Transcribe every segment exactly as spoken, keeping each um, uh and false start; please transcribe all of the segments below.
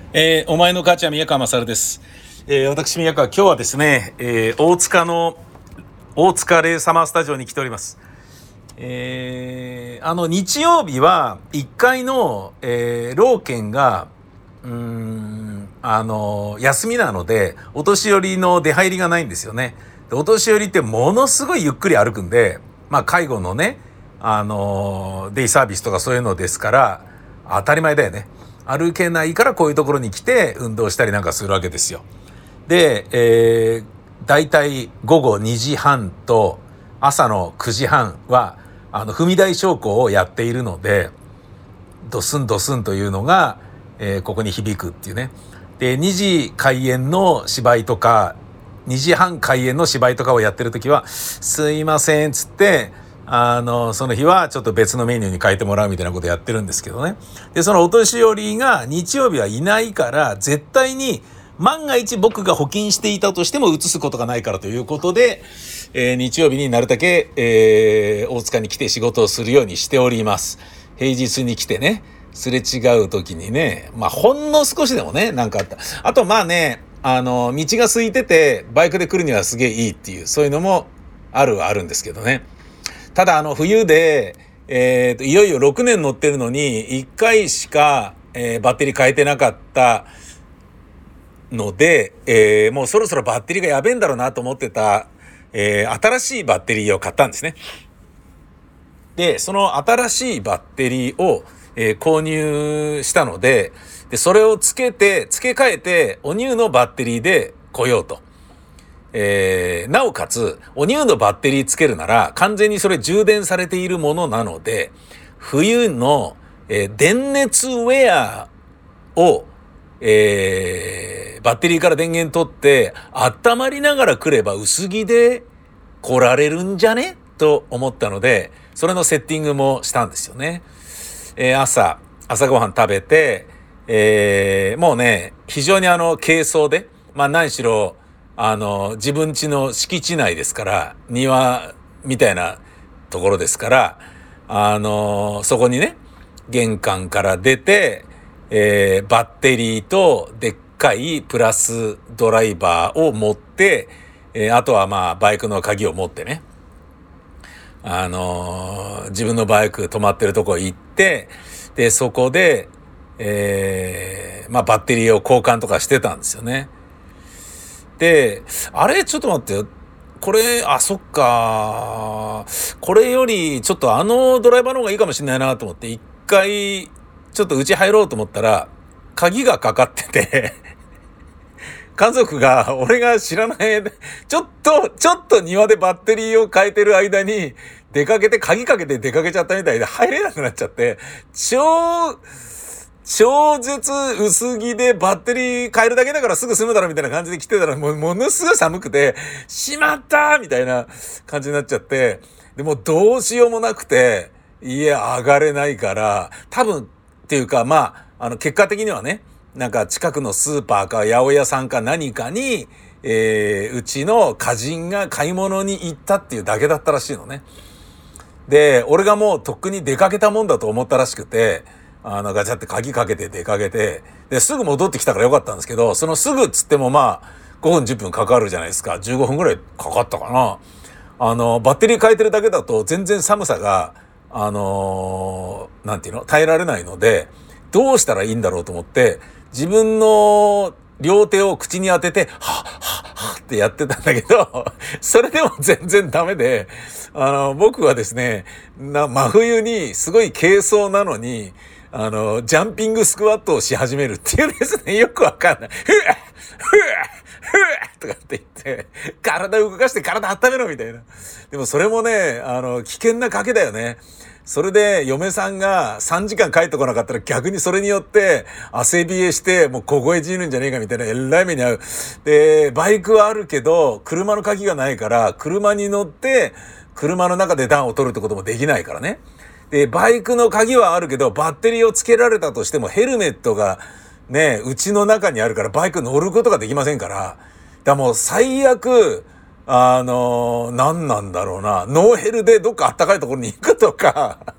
えーお前の母ちゃん宮川勝です。えー私宮川、今日はですね、えー大塚の大塚レイサマースタジオに来ております。えーあの日曜日はいっかいの、えー、老犬がうーんあの休みなので、お年寄りの出入りがないんですよね。でお年寄りってものすごいゆっくり歩くんで、まあ介護のね、あのデイサービスとかそういうのですから当たり前だよね。歩けないからこういうところに来て運動したりなんかするわけですよ。で、えー、だいたい午後にじはんと朝のくじはんはあの踏み台昇降をやっているので、ドスンドスンというのが、えーここに響くっていうね。でにじ開演の芝居とかにじはん開演の芝居とかをやってる時はすいませんっつって、あのその日はちょっと別のメニューに変えてもらうみたいなことやってるんですけどね。でそのお年寄りが日曜日はいないから、絶対に万が一僕が補勤していたとしても移すことがないからということで、えー日曜日になるだけ、えー大塚に来て仕事をするようにしております。平日に来てね、すれ違う時にね、まあほんの少しでもね、なんかあった。あとまあね、あの道が空いててバイクで来るにはすげえいいっていう、そういうのもあるはあるんですけどね。ただあの冬で、えーといよいよろくねん乗ってるのにいっかいしか、えーバッテリー変えてなかったので、えーもうそろそろバッテリーがやべえんだろうなと思ってた、えー新しいバッテリーを買ったんですね。でその新しいバッテリーを、えー購入したので、でそれをつけて付け替えておニューのバッテリーで来ようと。えーなおかつおニューのバッテリーつけるなら完全にそれ充電されているものなので、冬の、えー電熱ウェアを、えーバッテリーから電源取って温まりながら来れば薄着で来られるんじゃねと思ったので、それのセッティングもしたんですよね。えー朝朝ごはん食べて、えーもうね非常にあの軽装で、まあ何しろあの自分家の敷地内ですから、庭みたいなところですから、あのそこにね玄関から出て、えーバッテリーとでっかいプラスドライバーを持って、えーあとはまあバイクの鍵を持ってね、あのー自分のバイク止まってるとこ行って、でそこで、えーまあバッテリーを交換とかしてたんですよね。であれちょっと待ってよ、これあそっかこれよりちょっとあのドライバーの方がいいかもしれないなと思って、一回ちょっと家入ろうと思ったら鍵がかかってて家族が俺が知らないちょっとちょっと庭でバッテリーを変えてる間に出かけて鍵かけて出かけちゃったみたいで入れなくなっちゃって、超超絶薄着でバッテリー変えるだけだからすぐ済むだろみたいな感じで来てたら、もうものすごい寒くてしまったみたいな感じになっちゃって、でもうどうしようもなくて家上がれないから、多分っていうかまああの結果的にはね、なんか近くのスーパーか八百屋さんか何かに、えーうちの家人が買い物に行ったっていうだけだったらしいのね。で俺がもうとっくに出かけたもんだと思ったらしくて、あのガチャって鍵かけて出かけて、ですぐ戻ってきたからよかったんですけど、そのすぐっつってもまあごふんじゅっぷんかかるじゃないですか。じゅうごふんぐらいかかったかな。あのバッテリー変えてるだけだと全然寒さがあのーなんていうの耐えられないので、どうしたらいいんだろうと思って自分の両手を口に当ててはっはっはってやってたんだけどそれでも全然ダメで、あの僕はですねな真冬にすごい軽装なのに、あのジャンピングスクワットをし始めるっていうですね、よくわかんないふわふわふわとかって言って体を動かして体温めろみたいな。でもそれもね、あの危険な賭けだよね。それで嫁さんがさんじかん帰ってこなかったら逆にそれによって汗冷えしてもう凍え死ぬんじゃねえかみたいなえらい目に遭う。でバイクはあるけど車の鍵がないから、車に乗って車の中で暖を取るってこともできないからね。でバイクの鍵はあるけどバッテリーをつけられたとしてもヘルメットがねうちの中にあるからバイク乗ることができませんから、だからもう最悪あのー、何なんだろうな、ノーヘルでどっかあったかいところに行くとか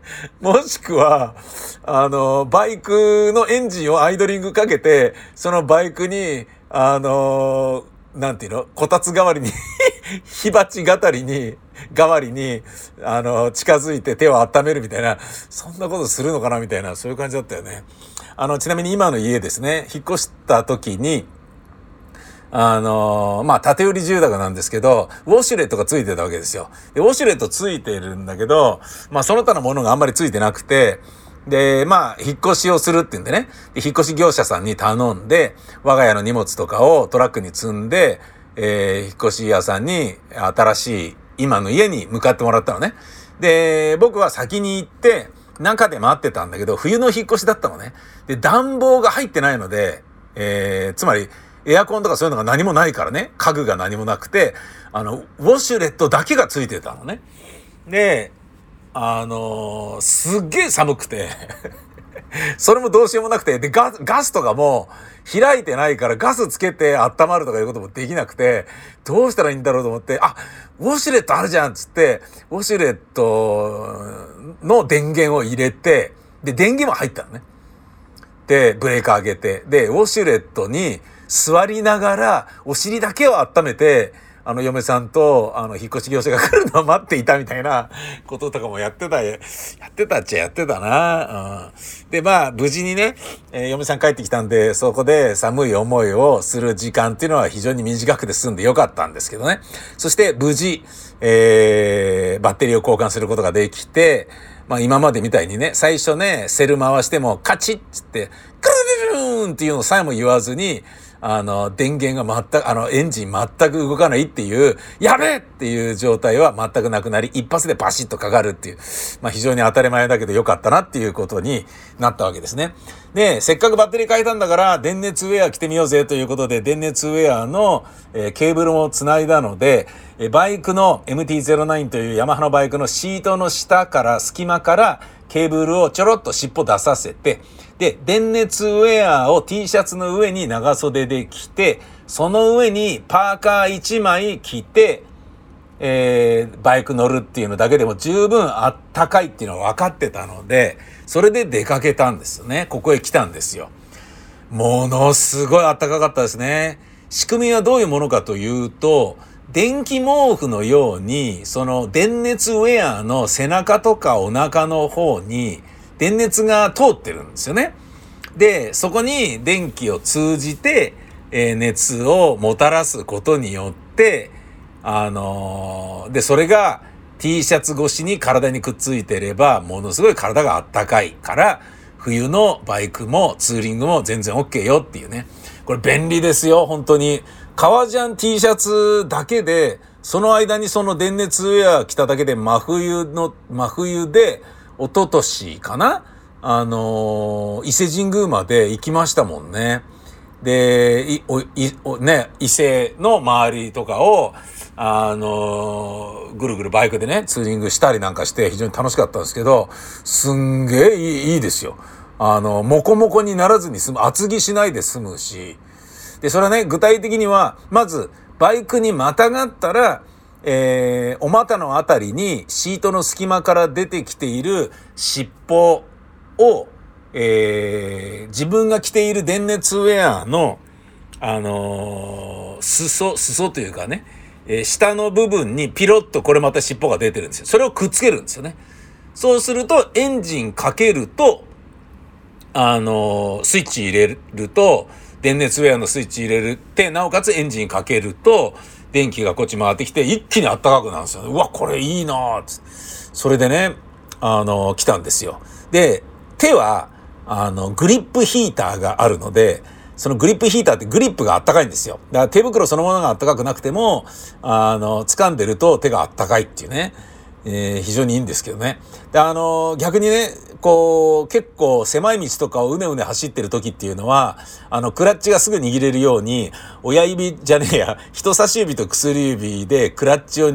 もしくは、あの、バイクのエンジンをアイドリングかけて、そのバイクに、あの、なんていうの、こたつ代わりに、火鉢語りに、代わりに、あの、近づいて手を温めるみたいな、そんなことするのかなみたいな、そういう感じだったよね。あの、ちなみに今の家ですね、引っ越した時に、あのー、まあ、縦売り住宅なんですけど、ウォシュレットがついてたわけですよ。で、ウォシュレットついてるんだけど、まあ、その他のものがあんまりついてなくて、で、まあ、引っ越しをするって言うんでね、で引っ越し業者さんに頼んで、我が家の荷物とかをトラックに積んで、えー、引っ越し屋さんに新しい今の家に向かってもらったのね。で、僕は先に行って、中で待ってたんだけど、冬の引っ越しだったのね。で、暖房が入ってないので、えー、つまり、エアコンとかそういうのが何もないからね、家具が何もなくて、あの、ウォシュレットだけがついてたのね。で、あのー、すっげえ寒くて、それもどうしようもなくて、で、ガス、ガスとかも開いてないからガスつけて温まるとかいうこともできなくて、どうしたらいいんだろうと思って、あ、ウォシュレットあるじゃんっつって、ウォシュレットの電源を入れて、で、電源も入ったのね。で、ブレーカー上げて、で、ウォシュレットに座りながら、お尻だけを温めて、あの、嫁さんと、あの、引っ越し業者が来るのを待っていたみたいなこととかもやってた、やってたっちゃやってたな。うん、で、まあ、無事にね、えー、嫁さん帰ってきたんで、そこで寒い思いをする時間っていうのは非常に短くて済んでよかったんですけどね。そして、無事、えー、バッテリーを交換することができて、まあ今までみたいにね、最初ね、セル回してもカチッつって、クルルルーンっていうのさえも言わずに、あの、電源が全く、あの、エンジン全く動かないっていう、やべえっていう状態は全くなくなり、一発でバシッとかかるっていう、まあ非常に当たり前だけどよかったなっていうことになったわけですね。で、せっかくバッテリー変えたんだから、電熱ウェア着てみようぜということで、電熱ウェアの、えー、ケーブルも繋いだので、えー、バイクの エムティーゼロナイン というヤマハのバイクのシートの下から、隙間からケーブルをちょろっと尻尾出させて、で、電熱ウェアを T シャツの上に長袖で着て、その上にパーカーいちまい着て、えー、バイク乗るっていうのだけでも十分あったかいっていうのは分かってたので、それで出かけたんですよね。ここへ来たんですよ。ものすごいあったかかったですね。仕組みはどういうものかというと、電気毛布のように、その電熱ウェアの背中とかお腹の方に電熱が通ってるんですよね。で、そこに電気を通じて、えー、熱をもたらすことによって、あのー、で、それが T シャツ越しに体にくっついてれば、ものすごい体があったかいから、冬のバイクもツーリングも全然 OK よっていうね。これ便利ですよ、本当に。革ジャン T シャツだけで、その間にその電熱ウェア着ただけで真冬の、真冬で、一昨年かなあのー、伊勢神宮まで行きましたもんね。で、い、お、い、お、ね、伊勢の周りとかを、あのー、ぐるぐるバイクでね、ツーリングしたりなんかして非常に楽しかったんですけど、すんげえいい、いいですよ。あの、もこもこにならずに済む、厚着しないで済むし、で、それはね、具体的には、まず、バイクにまたがったら、えー、お股のあたりにシートの隙間から出てきている尻尾を、えー、自分が着ている電熱ウェアの、あのー、裾、裾というかね、えー、下の部分にピロッとこれまた尻尾が出てるんですよ。それをくっつけるんですよね。そうすると、エンジンかけると、あのー、スイッチ入れると、電熱ウェアのスイッチ入れるって、なおかつエンジンかけると、電気がこっち回ってきて、一気に暖かくなるんですよね。うわ、これいいなーって。それでね、あのー、来たんですよ。で、手は、あの、グリップヒーターがあるので、そのグリップヒーターってグリップがあったかいんですよ。だから手袋そのものがあったかくなくても、あの、掴んでると手があったかいっていうね。えー、非常にいいんですけどね。で、あの、逆にね、こう、結構狭い道とかをうねうね走ってる時っていうのは、あの、クラッチがすぐ握れるように、親指じゃねえや、人差し指と薬指でクラッチを握っ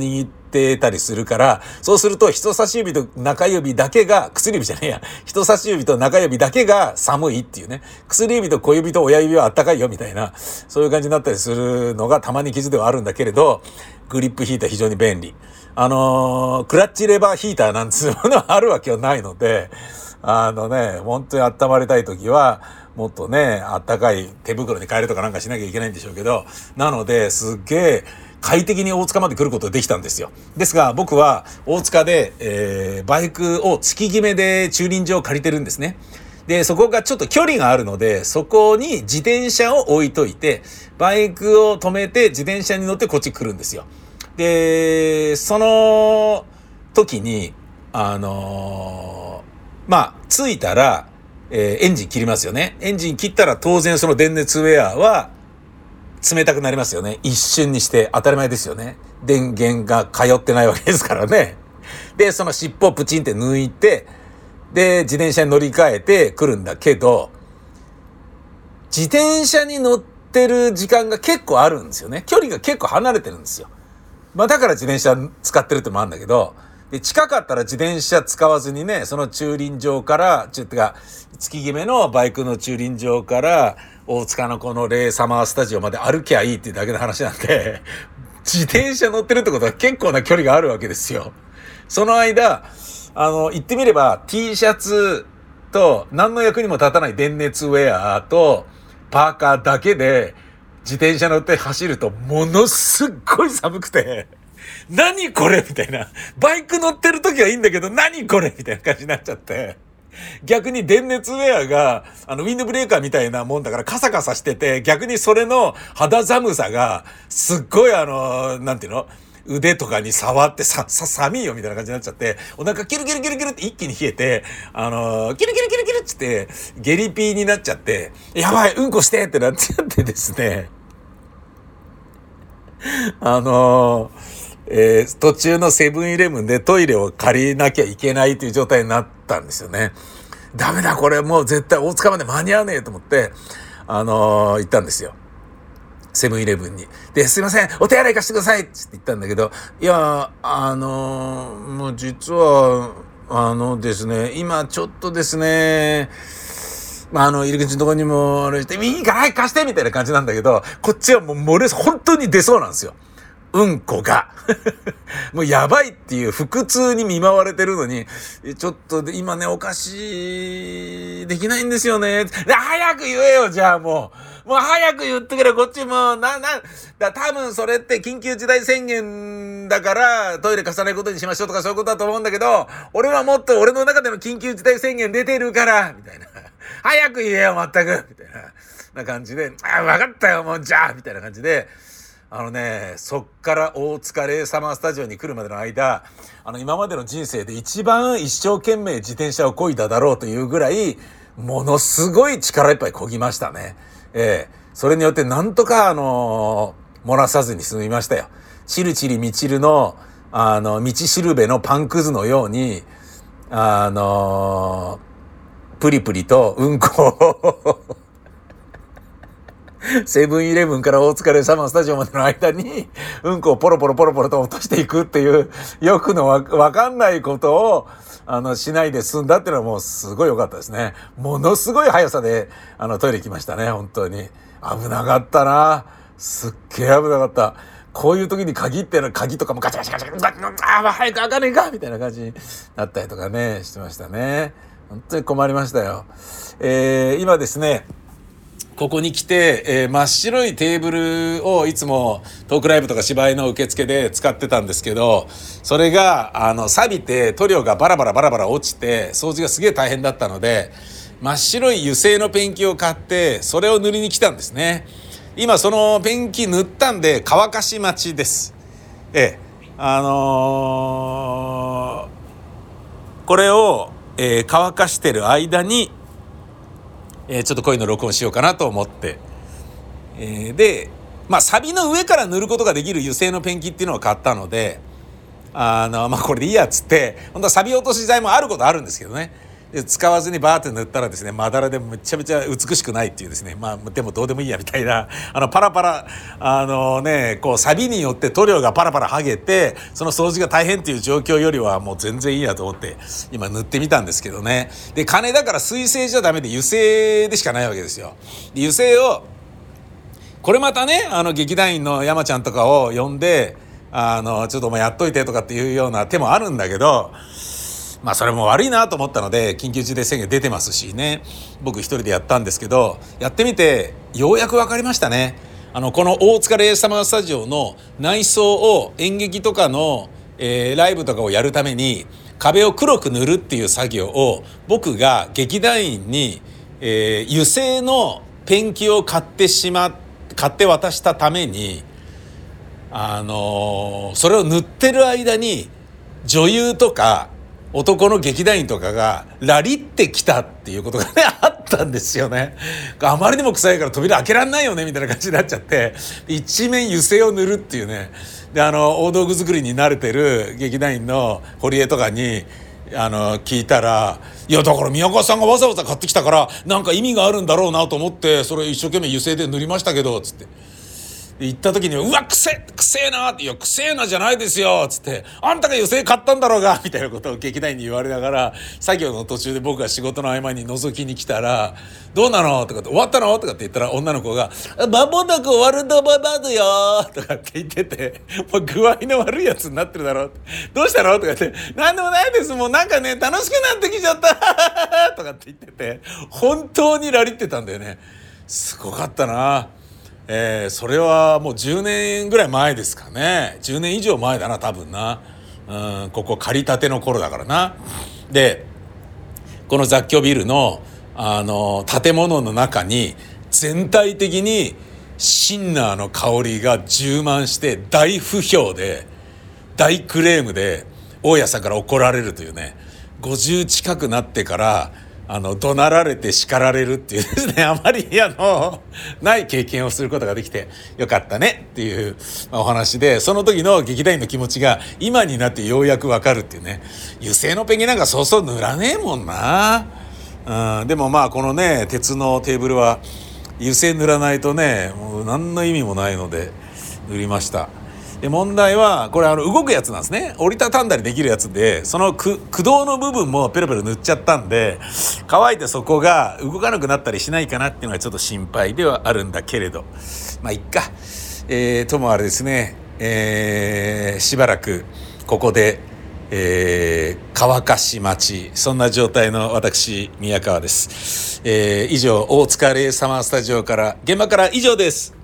ってたりするから、そうすると人差し指と中指だけが、薬指じゃねえや、人差し指と中指だけが寒いっていうね、薬指と小指と親指はあったかいよみたいな、そういう感じになったりするのがたまに傷ではあるんだけれど、グリップヒーター非常に便利。あのー、クラッチレバーヒーターなんつうものはあるわけはないので、あのね、本当に温まりたい時は、もっとね、あったかい手袋に変えるとかなんかしなきゃいけないんでしょうけど、なので、すっげえ快適に大塚まで来ることができたんですよ。ですが、僕は大塚で、えー、バイクを月決めで駐輪場を借りてるんですね。で、そこがちょっと距離があるので、そこに自転車を置いといて、バイクを止めて自転車に乗ってこっち来るんですよ。で、その時に、あのー、まあ、着いたら、えー、エンジン切りますよね。エンジン切ったら当然その電熱ウェアは冷たくなりますよね。一瞬にして当たり前ですよね。電源が通ってないわけですからね。で、その尻尾をプチンって抜いて、で、自転車に乗り換えてくるんだけど、自転車に乗ってる時間が結構あるんですよね。距離が結構離れてるんですよ。まあだから自転車使ってるってのもあるんだけど、で、近かったら自転車使わずにね、その駐輪場から、ちょっとか、月決めのバイクの駐輪場から、大塚のこのレイサマースタジオまで歩きゃいいっていうだけの話なんで、自転車乗ってるってことは結構な距離があるわけですよ。その間、あの、言ってみれば T シャツと何の役にも立たない電熱ウェアとパーカーだけで自転車乗って走るとものすっごい寒くて、何これみたいな。バイク乗ってる時はいいんだけど、何これみたいな感じになっちゃって。逆に電熱ウェアが、あの、ウィンドブレーカーみたいなもんだからカサカサしてて、逆にそれの肌寒さが、すっごいあの、なんていうの腕とかに触ってさ、さ、寒いよみたいな感じになっちゃって、お腹キルキルキルキルって一気に冷えて、あの、キルキルキルキルって、ゲリピーになっちゃって、やばい、うんこしてってなっちゃってですね。あのえー、途中のセブンイレブンでトイレを借りなきゃいけないという状態になったんですよね。ダメだ、これもう絶対大塚まで間に合わねえと思って、あのー、行ったんですよ。セブンイレブンに。で、すいません、お手洗い貸してくださいって言ったんだけど、いや、あのー、もう実は、あのですね、今ちょっとですね、まあ、あの、入り口のところにも、あれして、いいから早く貸してみたいな感じなんだけど、こっちはもう漏れ、本当に出そうなんですよ。うんこが。もうやばいっていう腹痛に見舞われてるのに、ちょっと今ね、お貸しできないんですよね。早く言えよ、じゃあもう。もう早く言ってくれ、こっちも。な、な、だ多分それって緊急事態宣言だからトイレ貸さないことにしましょうとかそういうことだと思うんだけど、俺はもっと俺の中での緊急事態宣言出てるから、みたいな。早く言えよ、まったくみたいな、な感じで、あ、わかったよ、もう、じゃあみたいな感じで、あのね、そっから大塚レイサマースタジオに来るまでの間、あの、今までの人生で一番一生懸命自転車を漕いだだろうというぐらい、ものすごい力いっぱい漕ぎましたね。ええ。それによってなんとか、あのー、漏らさずに済みましたよ。チルチリミチルの、あの、道しるべのパンくずのように、あのー、プリプリとうんこをセブンイレブンから大塚レイサマースタジオまでの間にうんこをポロポロポロポロと落としていくっていうよくのわ、わかんないことをあのしないで済んだっていうのはもうすごい良かったですね。ものすごい速さであのトイレ行きましたね。本当に危なかったな。すっげえ危なかった。こういう時に鍵っての鍵とかもガチャガチャガチャガチャ、ああ早く開かねえかみたいな感じになったりとかねしてましたね。本当に困りましたよ。えー、今ですねここに来て、えー、真っ白いテーブルをいつもトークライブとか芝居の受付で使ってたんですけど、それがあの錆びて塗料がバラバラバラバラ落ちて掃除がすげえ大変だったので、真っ白い油性のペンキを買ってそれを塗りに来たんですね。今そのペンキ塗ったんで乾かし待ちです。ええ、あのー、これを、えー、乾かしてる間にえー、ちょっとこういうの録音しようかなと思って、えー、でまあサビの上から塗ることができる油性のペンキっていうのを買ったので、あのまあこれでいいやっつって、本当はサビ落とし剤もあることあるんですけどね、 使わずにバーって塗ったらですね、まだらでめちゃめちゃ美しくないっていうですね、まあでもどうでもいいやみたいな、あのパラパラあのねこうサビによって塗料がパラパラ剥げてその掃除が大変っていう状況よりはもう全然いいやと思って今塗ってみたんですけどね。で金だから水性じゃダメで油性でしかないわけですよ。で油性をこれまたね、あの劇団員の山ちゃんとかを呼んであのちょっとお前やっといてとかっていうような手もあるんだけど、まあそれも悪いなと思ったので緊急事態宣言出てますしね、僕一人でやったんですけど、やってみてようやく分かりましたね。あのこの大塚レイサマースタジオの内装を演劇とかの、えー、ライブとかをやるために壁を黒く塗るっていう作業を僕が劇団員に、えー、油性のペンキを買ってしま買って渡したために、あのー、それを塗ってる間に女優とか男の劇団員とかがラリってきたっていうことがねあったんですよね。あまりにも臭いから扉開けらんないよねみたいな感じになっちゃって、一面油性を塗るっていうね。であの大道具作りに慣れてる劇団員の堀江とかにあの聞いたら、いやだから宮川さんがわざわざ買ってきたからなんか意味があるんだろうなと思ってそれ一生懸命油性で塗りましたけどつって。行った時にはうわくせくせえなって、いやくせえなじゃないですよつって、あんたが油性買ったんだろうがみたいなことを劇団員に言われながら、作業の途中で僕が仕事の合間に覗きに来たら、どうなのとかって、終わったのとかって言ったら女の子が間もなく終わると思いますよとかって言ってて、もう具合の悪いやつになってるだろう、どうしたのとかって、なんでもないです、もうなんかね楽しくなってきちゃったとかって言ってて、本当にラリってたんだよね。すごかったな。えー、それはもうじゅうねんぐらい前ですかね。じゅうねん以上前だな多分な。うん、ここ借りたての頃だからな。でこの雑居ビルの、あの建物の中に全体的にシンナーの香りが充満して大不評で大クレームで大家さんから怒られるというね、ごじゅう近くなってからあの怒鳴られて叱られるっていうですね、あまりあのない経験をすることができてよかったねっていう、まあ、お話で、その時の劇団員の気持ちが今になってようやくわかるっていうね。油性のペンキなんかそうそう塗らねえもんな。うん、でもまあこのね鉄のテーブルは油性塗らないとねもう何の意味もないので塗りました。で問題はこれあの動くやつなんですね。折りたたんだりできるやつで、その駆動の部分もペロペロ塗っちゃったんで、乾いてそこが動かなくなったりしないかなっていうのがちょっと心配ではあるんだけれど、まあいっか。えー、ともあれですね、えー、しばらくここで、えー、乾かし待ち、そんな状態の私宮川です。えー、以上大塚レイサマースタジオから現場から以上です。